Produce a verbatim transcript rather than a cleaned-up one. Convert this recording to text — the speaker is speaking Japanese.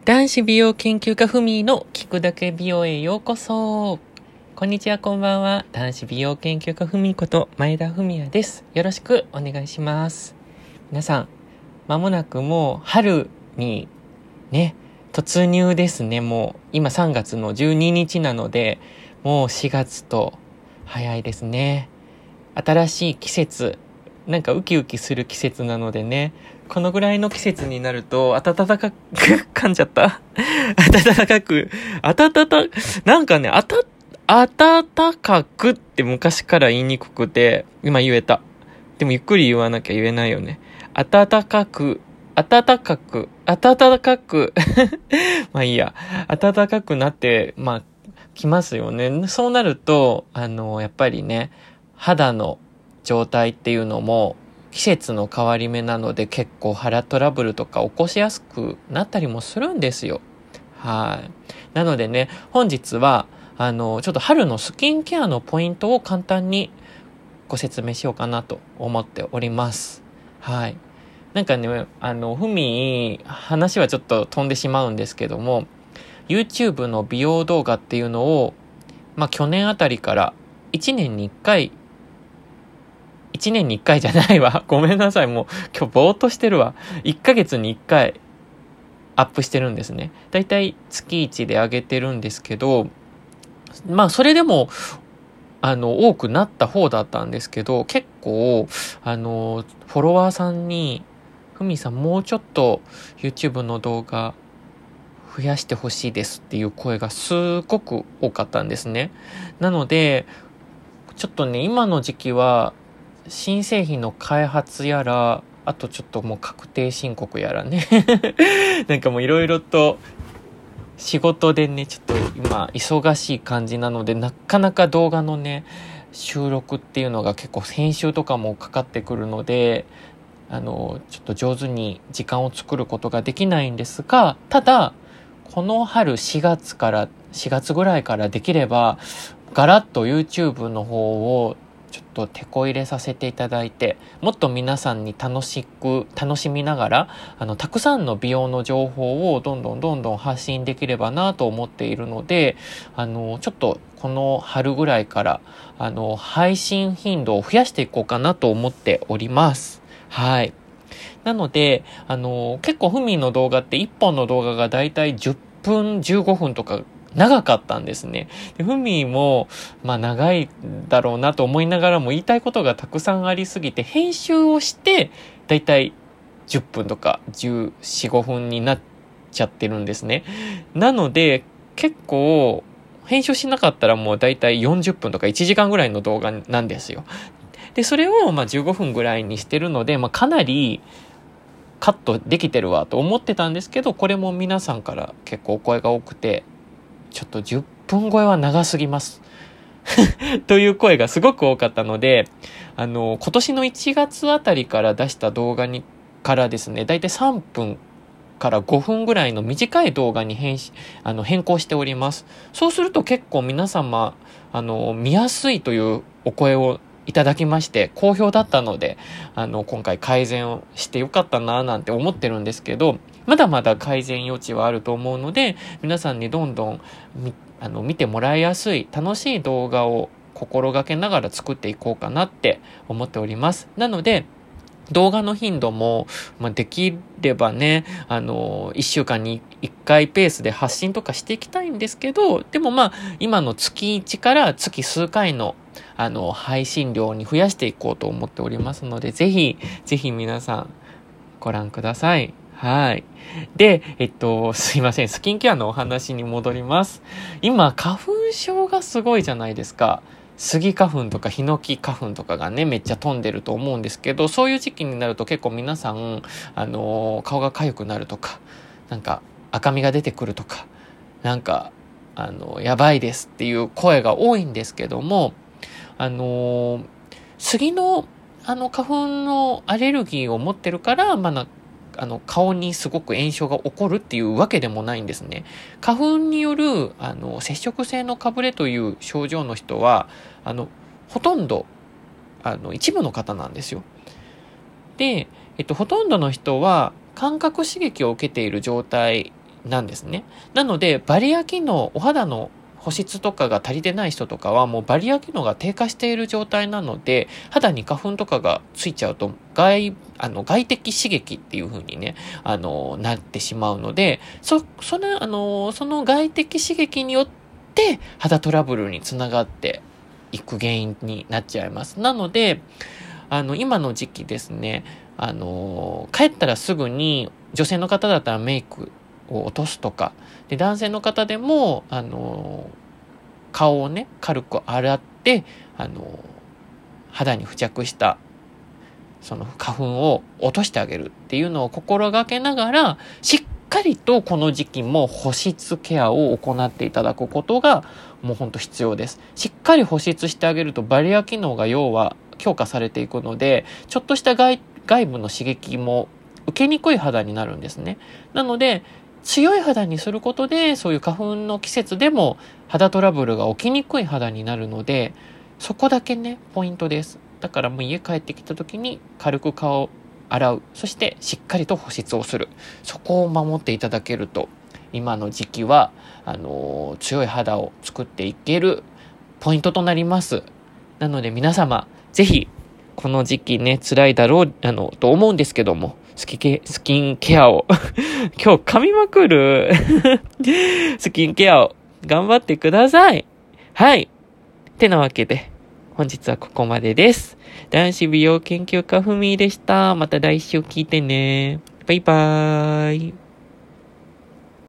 男子美容研究家ふみの聞くだけ美容へようこそ。こんにちは、こんばんは。男子美容研究家ふみこと前田文也です。よろしくお願いします。皆さん、まもなくもう春にね、突入ですね。もう今さんがつのじゅうににちなので、もうしがつと早いですね。新しい季節、なんかウキウキする季節なのでね、このぐらいの季節になると暖かく噛んじゃった暖かく暖かなんかねあた暖かくって昔から言いにくくて、今言えた。でもゆっくり言わなきゃ言えないよね。暖かく暖かく暖かくまあいいや、暖かくなってまあきますよね。そうなるとあのやっぱりね、肌の状態っていうのも季節の変わり目なので結構肌トラブルとか起こしやすくなったりもするんですよ。はい。なのでね、本日はあのちょっと春のスキンケアのポイントを簡単にご説明しようかなと思っております。はい。なんかね、あのふみ話はちょっと飛んでしまうんですけども、YouTube の美容動画っていうのをまあ去年あたりからいちねんにいっかいいちねんにいっかいじゃないわ。ごめんなさい。もう今日ぼーっとしてるわ。いっかげつにいっかいアップしてるんですね。だいたいつきいちで上げてるんですけど、まあそれでもあの多くなった方だったんですけど、結構あのフォロワーさんにふみさんもうちょっと YouTube の動画増やしてほしいですっていう声がすごく多かったんですね。なのでちょっとね、今の時期は新製品の開発やら、あとちょっともう確定申告やらねなんかもういろいろと仕事でね、ちょっと今忙しい感じなので、なかなか動画のね収録っていうのが結構編集とかもかかってくるので、あのちょっと上手に時間を作ることができないんですが、ただこの春しがつからしがつぐらいからできればガラッと YouTube の方をちょっと手こ入れさせていただいて、もっと皆さんに楽しく楽しみながら、あのたくさんの美容の情報をどんどんどんどん発信できればなと思っているので、あのちょっとこの春ぐらいからあの配信頻度を増やしていこうかなと思っております。はい。なのであの結構ふみの動画っていっぽんの動画がだいたいじゅっぷんじゅうごふんとか長かったんですね。で、ふみも、まあ長いだろうなと思いながらも言いたいことがたくさんありすぎて、編集をして、だいたいじゅっぷんとかじゅうよん、ごふんになっちゃってるんですね。なので、結構、編集しなかったらもうだいたいよんじゅっぷんとかいちじかんぐらいの動画なんですよ。で、それをまあじゅうごふんぐらいにしてるので、まあかなり、カットできてるわと思ってたんですけど、これも皆さんから結構お声が多くて、ちょっとじゅっぷん超えは長すぎますという声がすごく多かったので、あの今年のいちがつあたりから出した動画にからですね、だいたいさんぷんからごふんぐらいの短い動画に変しあの変更しております。そうすると結構皆様あの見やすいというお声をいただきまして、好評だったので、あの今回改善をしてよかったななんて思ってるんですけど、まだまだ改善余地はあると思うので、皆さんにどんどんみあの見てもらいやすい楽しい動画を心がけながら作っていこうかなって思っております。なので動画の頻度も、まあ、できればね、あの、いっしゅうかんにいっかいペースで発信とかしていきたいんですけど、でもまあ、今のつきいちから月数回の、あの、配信量に増やしていこうと思っておりますので、ぜひ、ぜひ皆さん、ご覧ください。はい。で、えっと、すいません。スキンケアのお話に戻ります。今、花粉症がすごいじゃないですか。スギ花粉とかヒノキ花粉とかがね、めっちゃ飛んでると思うんですけど、そういう時期になると結構皆さん、あのー、顔が痒くなるとか、なんか赤みが出てくるとか、なんか、あのー、やばいですっていう声が多いんですけども、あのー、スギの、あの、花粉のアレルギーを持ってるから、まあな、あの顔にすごく炎症が起こるっていうわけでもないんですね。花粉によるあの接触性のかぶれという症状の人はあのほとんどあの一部の方なんですよ。で、えっと、ほとんどの人は感覚刺激を受けている状態なんですね。なので、バリア機能、お肌の保湿とかが足りてない人とかはもうバリア機能が低下している状態なので、肌に花粉とかがついちゃうと外、あの外的刺激っていう風にね、あの、なってしまうので、そ、その、あの、その外的刺激によって肌トラブルにつながっていく原因になっちゃいます。なので、あの、今の時期ですね、あの、帰ったらすぐに女性の方だったらメイクを落とすとか、で男性の方でもあの顔をね軽く洗ってあの肌に付着したその花粉を落としてあげるっていうのを心がけながら、しっかりとこの時期も保湿ケアを行っていただくことがもう本当必要です。しっかり保湿してあげるとバリア機能が要は強化されていくので、ちょっとした外外部の刺激も受けにくい肌になるんですね。なので強い肌にすることで、そういう花粉の季節でも肌トラブルが起きにくい肌になるので、そこだけね、ポイントです。だからもう家帰ってきた時に軽く顔を洗う。そしてしっかりと保湿をする。そこを守っていただけると、今の時期は、あのー、強い肌を作っていけるポイントとなります。なので皆様、ぜひ、この時期ね、辛いだろう、あの、と思うんですけども、スキケ、スキンケアを、今日噛みまくる、スキンケアを頑張ってください。はい。てなわけで、本日はここまでです。男子美容研究家ふみでした。また来週聞いてね。バイバーイ。